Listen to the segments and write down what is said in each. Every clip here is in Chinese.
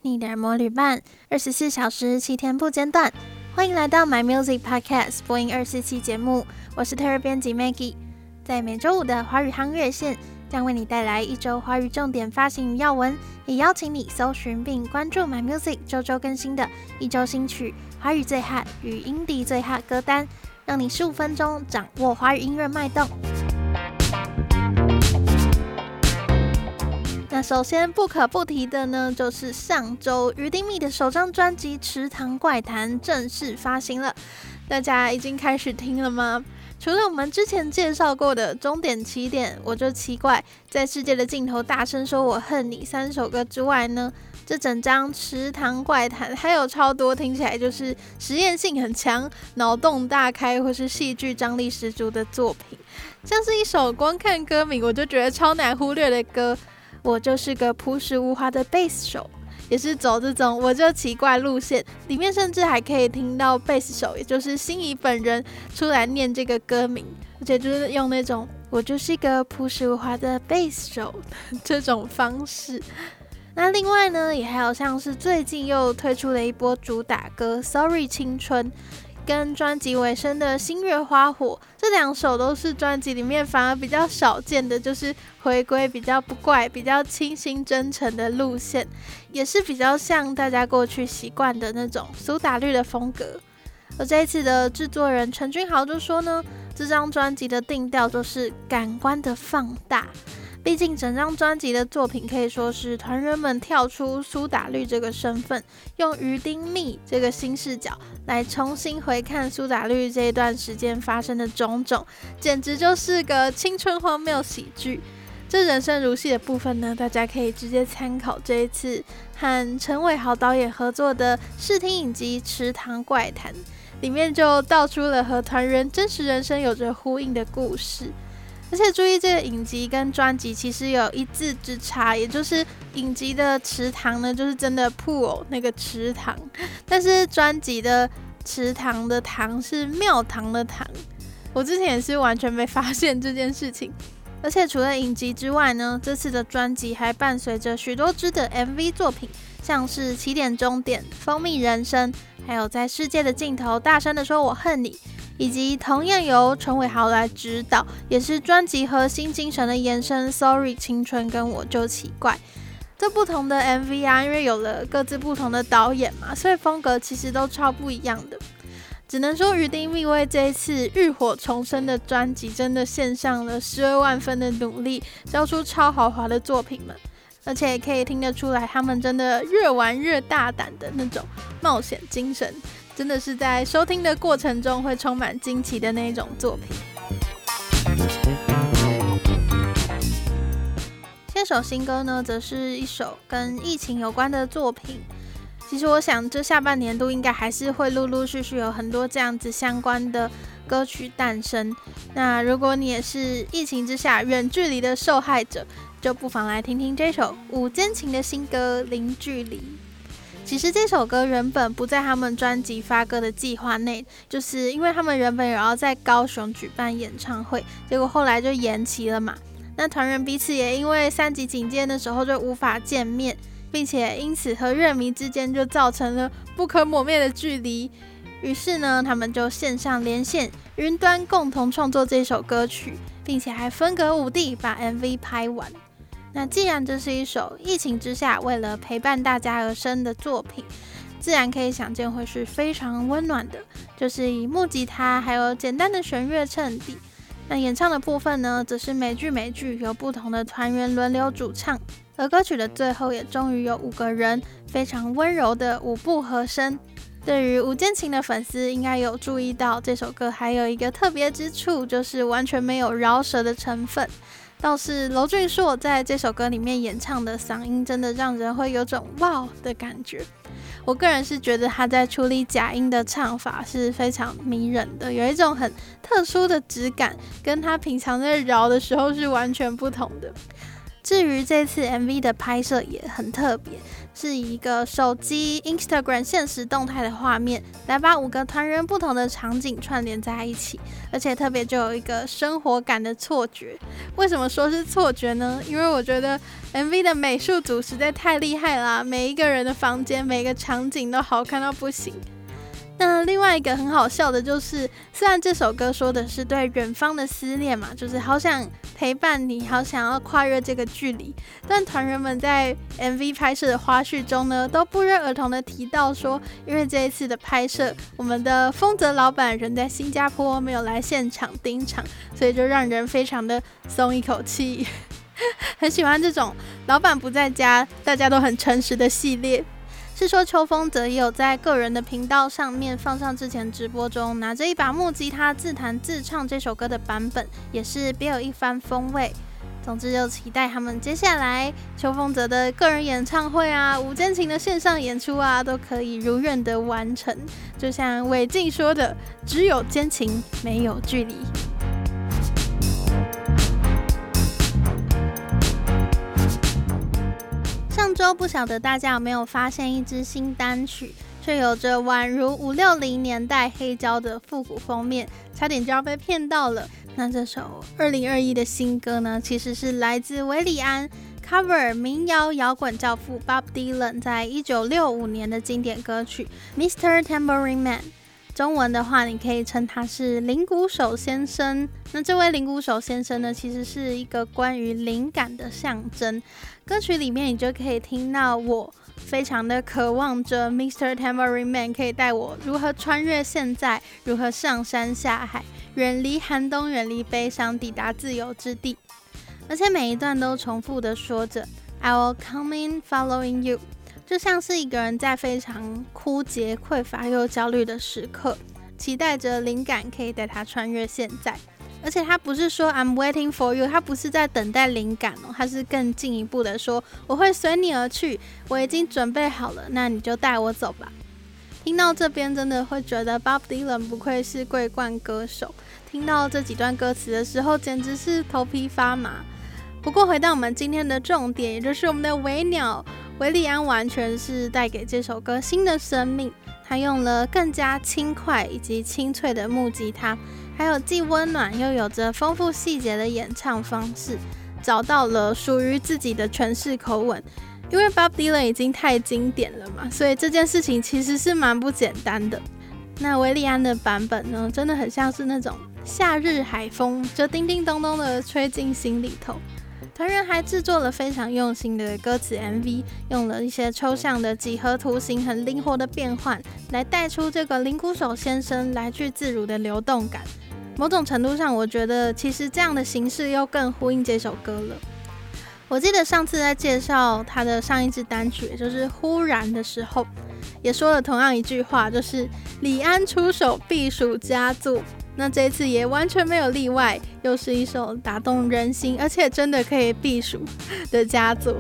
你的魔旅伴，24小时7天不间断。欢迎来到 My Music Podcast 播音247节目，我是特约编辑 Maggie。在每周五的华语夯乐线，将为你带来一周华语重点发行与要闻，也邀请你搜寻并关注 My Music 周周更新的一周新曲、华语最 hot 与 indie 最 hot 歌单，让你15分钟掌握华语音乐脉动。那首先不可不提的呢，就是上周于丁密的首张专辑《池塘怪谈》正式发行了，大家已经开始听了吗？除了我们之前介绍过的终点起点、我就奇怪、在世界的尽头大声说我恨你3首歌之外呢，这整张《池塘怪谈》还有超多听起来就是实验性很强、脑洞大开或是戏剧张力十足的作品，像是一首光看歌名我就觉得超难忽略的歌，我就是个朴实无华的贝斯手，也是走这种我就奇怪路线，里面甚至还可以听到贝斯手，也就是心仪本人出来念这个歌名，而且就是用那种我就是一个朴实无华的贝斯手这种方式。那另外呢，也还有像是最近又推出了一波主打歌 Sorry 青春，跟专辑尾声的星月花火，这2首都是专辑里面反而比较少见的，就是回归比较不怪、比较清新真诚的路线，也是比较像大家过去习惯的那种苏打绿的风格。而这一次的制作人陈君豪就说呢，这张专辑的定调就是感官的放大，毕竟整张专辑的作品可以说是团员们跳出苏打绿这个身份，用于丁密这个新视角来重新回看苏打绿这一段时间发生的种种，简直就是个青春荒谬喜剧。这人生如戏的部分呢，大家可以直接参考这一次和陈伟豪导演合作的视听影集《池塘怪谈》，里面就道出了和团员真实人生有着呼应的故事。而且注意，这个影集跟专辑其实有一字之差，也就是影集的池塘呢，就是真的 pool 那个池塘，但是专辑的池塘的塘是庙堂的堂。我之前也是完全没发现这件事情。而且除了影集之外呢，这次的专辑还伴随着许多支的 MV 作品，像是起点终点、蜂蜜人生，还有在世界的尽头大声的说我恨你，以及同样由陈伟豪来指导，也是专辑核心精神的延伸 Sorry 青春跟我就奇怪。这不同的 MV 啊，因为有了各自不同的导演嘛，所以风格其实都超不一样的。只能说于丁密为这一次浴火重生的专辑真的献上了12万分的努力，交出超豪华的作品们，而且也可以听得出来他们真的越玩越大胆的那种冒险精神，真的是在收听的过程中会充满惊奇的那一种作品。这首新歌呢，则是一首跟疫情有关的作品。其实我想这下半年度应该还是会陆陆续续有很多这样子相关的歌曲诞生，那如果你也是疫情之下远距离的受害者，就不妨来听听这首五间琴的新歌《零距离》。其实这首歌原本不在他们专辑发歌的计划内，就是因为他们原本有要在高雄举办演唱会，结果后来就延期了嘛。那团员彼此也因为3级警戒的时候就无法见面，并且因此和乐迷之间就造成了不可磨灭的距离。于是呢，他们就线上连线，云端共同创作这首歌曲，并且还分隔5地把 MV 拍完。那既然这是一首疫情之下为了陪伴大家而生的作品，自然可以想见会是非常温暖的，就是以木吉他还有简单的弦乐衬底。那演唱的部分呢，则是每句由不同的团员轮流主唱，而歌曲的最后也终于有5个人非常温柔的5部和声。对于五间琴的粉丝应该有注意到，这首歌还有一个特别之处，就是完全没有饶舌的成分。倒是娄俊硕在这首歌里面演唱的嗓音真的让人会有种哇的感觉。我个人是觉得他在处理假音的唱法是非常迷人的，有一种很特殊的质感，跟他平常在饶的时候是完全不同的。 至于这次 MV 的拍摄也很特别，是以一个手机 Instagram 限时动态的画面来把5个团员不同的场景串联在一起，而且特别就有一个生活感的错觉。为什么说是错觉呢？因为我觉得 MV 的美术组实在太厉害啦，每一个人的房间每个场景都好看到不行。那另外一个很好笑的就是，虽然这首歌说的是对远方的思念嘛，就是好想陪伴你，好想要跨越这个距离，但团员们在 MV 拍摄的花絮中呢，都不约而同的提到说，因为这一次的拍摄，我们的丰泽老板人在新加坡，没有来现场盯场，所以就让人非常的松一口气。很喜欢这种老板不在家，大家都很诚实的系列。是说秋风则也有在个人的频道上面放上之前直播中拿着一把木吉他自弹自唱这首歌的版本，也是别有一番风味。总之就期待他们接下来秋风泽的个人演唱会啊、无间情的线上演出啊，都可以如愿的完成。就像韦静说的，只有奸情，没有距离。上周不晓得大家有没有发现一支新单曲，却有着宛如560年代黑胶的复古封面，差点就要被骗到了。那这首2021的新歌呢，其实是来自韦礼安 cover 民谣摇滚教父 Bob Dylan 在1965年的经典歌曲 Mr. Tambourine Man。中文的话，你可以称他是铃鼓手先生。那这位铃鼓手先生呢，其实是一个关于灵感的象征。歌曲里面你就可以听到我非常的渴望着 Mr. Tambourine Man 可以带我如何穿越现在，如何上山下海，远离寒冬，远离悲伤，抵达自由之地。而且每一段都重复的说着 I will come in following you，就像是一个人在非常枯竭、匮乏又焦虑的时刻，期待着灵感可以带他穿越现在。而且他不是说 I'm waiting for you， 他不是在等待灵感哦，他是更进一步的说我会随你而去，我已经准备好了，那你就带我走吧。听到这边真的会觉得 Bob Dylan 不愧是桂冠歌手，听到这几段歌词的时候简直是头皮发麻。不过回到我们今天的重点，也就是我们的维鸟韦礼安，完全是带给这首歌新的生命。他用了更加轻快以及清脆的木吉他，还有既温暖又有着丰富细节的演唱方式，找到了属于自己的诠释口吻。因为 Bob Dylan 已经太经典了嘛，所以这件事情其实是蛮不简单的。那韦礼安的版本呢，真的很像是那种夏日海风，就叮叮咚咚的吹进心里头。团员还制作了非常用心的歌词 MV， 用了一些抽象的几何图形，很灵活的变换，来带出这个铃鼓手先生来去自如的流动感。某种程度上，我觉得其实这样的形式又更呼应这首歌了。我记得上次在介绍他的上一支单曲，也就是忽然的时候，也说了同样一句话，就是李安出手必属佳作。那这一次也完全没有例外，又是一首打动人心，而且真的可以避暑的佳作。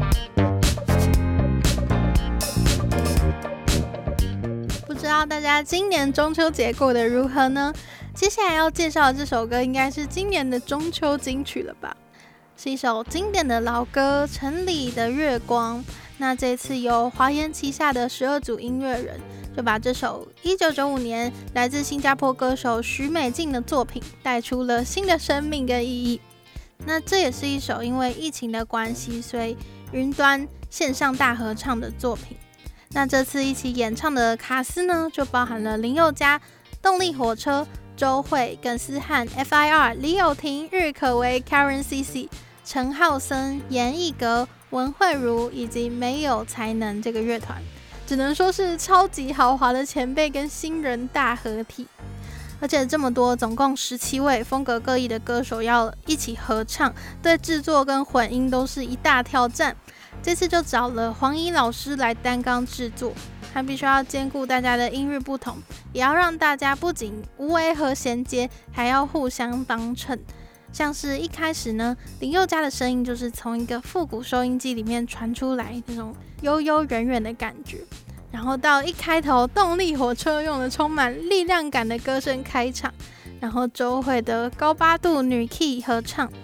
不知道大家今年中秋节过得如何呢？接下来要介绍的这首歌应该是今年的中秋金曲了吧，是一首经典的老歌《城里的月光》。那这次由华研旗下的12组音乐人就把这首1995年来自新加坡歌手许美静的作品带出了新的生命跟意义。那这也是一首因为疫情的关系，所以云端线上大合唱的作品。那这次一起演唱的卡司呢，就包含了林宥嘉、动力火车、周蕙、耿思翰、FIR、李友廷、日可唯、Karen CC、陈浩森、严艺格、文慧茹以及没有才能这个乐团，只能说是超级豪华的前辈跟新人大合体。而且这么多，总共17位风格各异的歌手要一起合唱，对制作跟混音都是一大挑战。这次就找了黄怡老师来担纲制作，他必须要兼顾大家的音域不同，也要让大家不仅无违和衔接，还要互相帮衬。像是一开始呢，林宥嘉的声音就是从一个复古收音机里面传出来，那种悠悠远远的感觉。然后到一开头，动力火车用了充满力量感的歌声开场，然后周蕙的高八度女 key 合唱，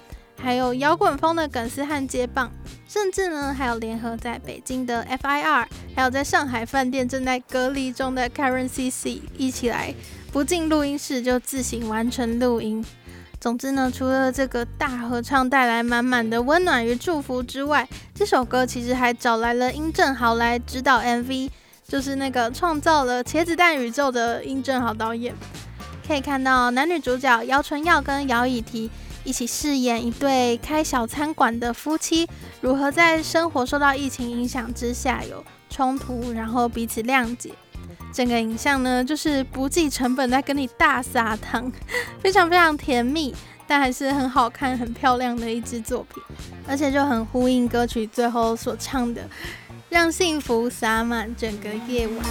还有摇滚风的梗丝和接棒，甚至呢还有联合在北京的 FIR， 还有在上海饭店正在隔离中的 Karen CC 一起来不进录音室就自行完成录音。总之呢，除了这个大合唱带来满满的温暖与祝福之外，这首歌其实还找来了殷正豪来指导 MV， 就是那个创造了茄子蛋宇宙的殷正豪导演。可以看到男女主角姚纯耀跟姚以缇一起饰演一对开小餐馆的夫妻，如何在生活受到疫情影响之下有冲突，然后彼此谅解。整个影像呢，就是不计成本在跟你大撒糖，非常非常甜蜜，但还是很好看、很漂亮的一支作品，而且就很呼应歌曲最后所唱的“让幸福洒满整个夜晚”。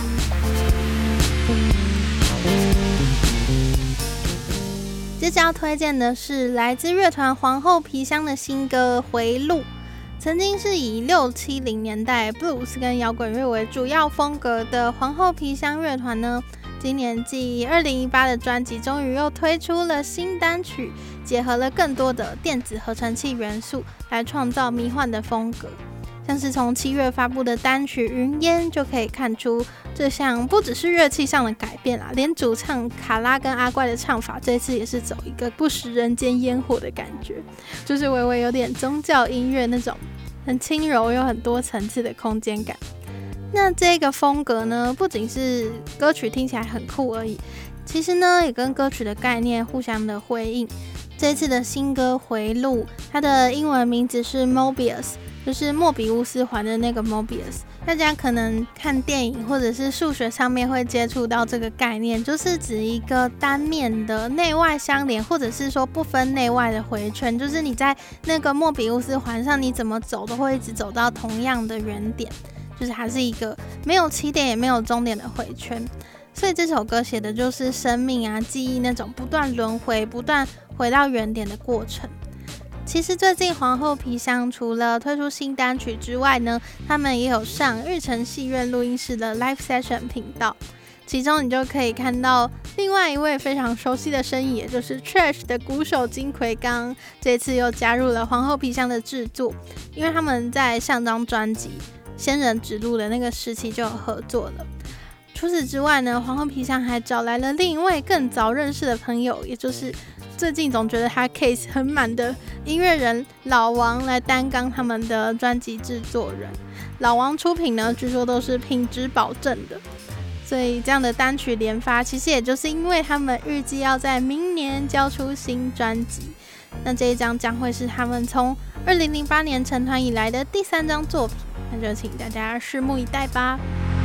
接着要推荐的是来自乐团皇后皮箱的新歌《回路》。曾经是以670年代 blues 跟摇滚乐为主要风格的皇后皮箱乐团呢，今年继2018的专辑终于又推出了新单曲，结合了更多的电子合成器元素来创造迷幻的风格。像是从7月发布的单曲《云烟》就可以看出，这项不只是乐器上的改变啦，连主唱卡拉跟阿怪的唱法这次也是走一个不食人间烟火的感觉，就是微微有点宗教音乐那种很轻柔又很多层次的空间感。那这个风格呢，不仅是歌曲听起来很酷而已，其实呢也跟歌曲的概念互相的辉映。这次的新歌《回路》，它的英文名字是 Mobius， 就是莫比乌斯环的那个 Mobius。大家可能看电影或者是数学上面会接触到这个概念，就是指一个单面的内外相连，或者是说不分内外的回圈，就是你在那个莫比乌斯环上，你怎么走都会一直走到同样的原点，就是它是一个没有起点也没有终点的回圈。所以这首歌写的就是生命啊、记忆那种不断轮回、不断回到原点的过程。其实最近皇后皮箱除了推出新单曲之外呢，他们也有上日城戏院录音室的 Live Session 频道，其中你就可以看到另外一位非常熟悉的身影，也就是 Trash 的鼓手金奎刚，这次又加入了皇后皮箱的制作，因为他们在上张专辑仙人指路的那个时期就有合作了。除此之外呢，皇后皮箱还找来了另一位更早认识的朋友，也就是最近总觉得他 case 很满的音乐人老王来担纲他们的专辑制作人。老王出品呢，据说都是品质保证的，所以这样的单曲连发，其实也就是因为他们预计要在明年交出新专辑。那这一张将会是他们从2008年成团以来的第3张作品，那就请大家拭目以待吧。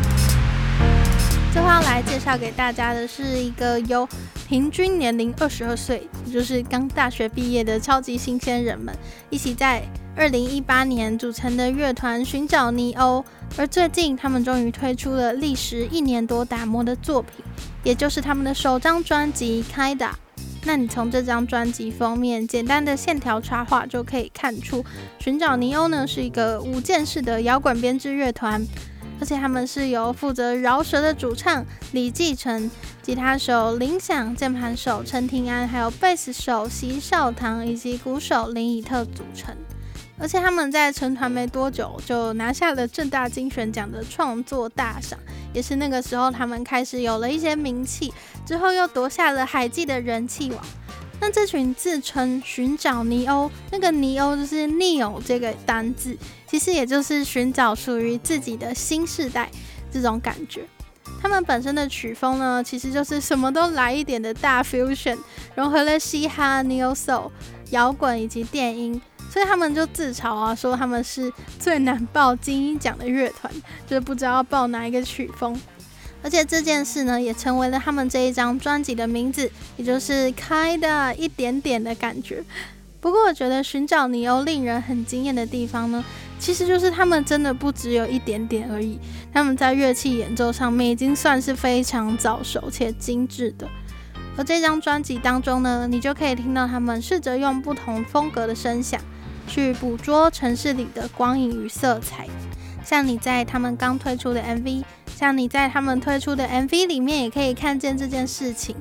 最后要来介绍给大家的是一个由平均年龄22岁，也就是刚大学毕业的超级新鲜人们一起在2018年组成的乐团寻找尼欧，而最近他们终于推出了历时1年多打磨的作品，也就是他们的首张专辑《Kinda》。那你从这张专辑封面简单的线条插画就可以看出，寻找尼欧呢是一个五件式的摇滚编制乐团，而且他们是由负责饶舌的主唱李继承、吉他手林响、键盘手陈庭安，还有贝斯手席少堂以及鼓手林以特组成。而且他们在成团没多久就拿下了政大金选奖的创作大赏，也是那个时候他们开始有了一些名气，之后又夺下了海记的人气王。那这群自称寻找尼欧，那个尼欧就是 Neo 这个单字，其实也就是寻找属于自己的新世代这种感觉。他们本身的曲风呢，其实就是什么都来一点的大 fusion， 融合了嘻哈、neo soul、摇滚以及电音，所以他们就自嘲啊，说他们是最难报金鹰奖的乐团，就是不知道要报哪一个曲风。而且这件事呢，也成为了他们这一张专辑的名字，也就是 Kinda 一点点的感觉。不过我觉得寻找尼欧令人很惊艳的地方呢，其实就是他们真的不只有一点点而已，他们在乐器演奏上面已经算是非常早熟且精致的。而这张专辑当中呢，你就可以听到他们试着用不同风格的声响去捕捉城市里的光影与色彩。像你在他们刚推出的 MV 里面也可以看见这件事情。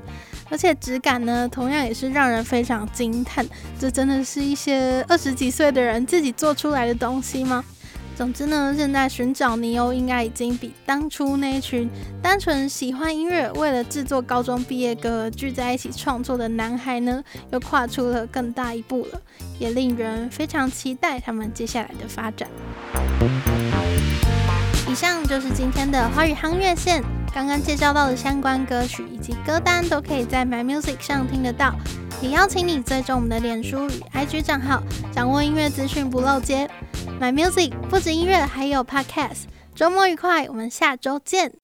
而且质感呢，同样也是让人非常惊叹。这真的是一些20几岁的人自己做出来的东西吗？总之呢，现在寻找尼欧应该已经比当初那一群单纯喜欢音乐，为了制作高中毕业歌聚在一起创作的男孩呢，又跨出了更大一步了，也令人非常期待他们接下来的发展。以上就是今天的华语夯乐线，刚刚介绍到的相关歌曲以及歌单都可以在 My Music 上听得到，也邀请你追踪我们的脸书与 IG 账号，掌握音乐资讯不漏接。My Music 不止音乐，还有 Podcast。周末愉快，我们下周见。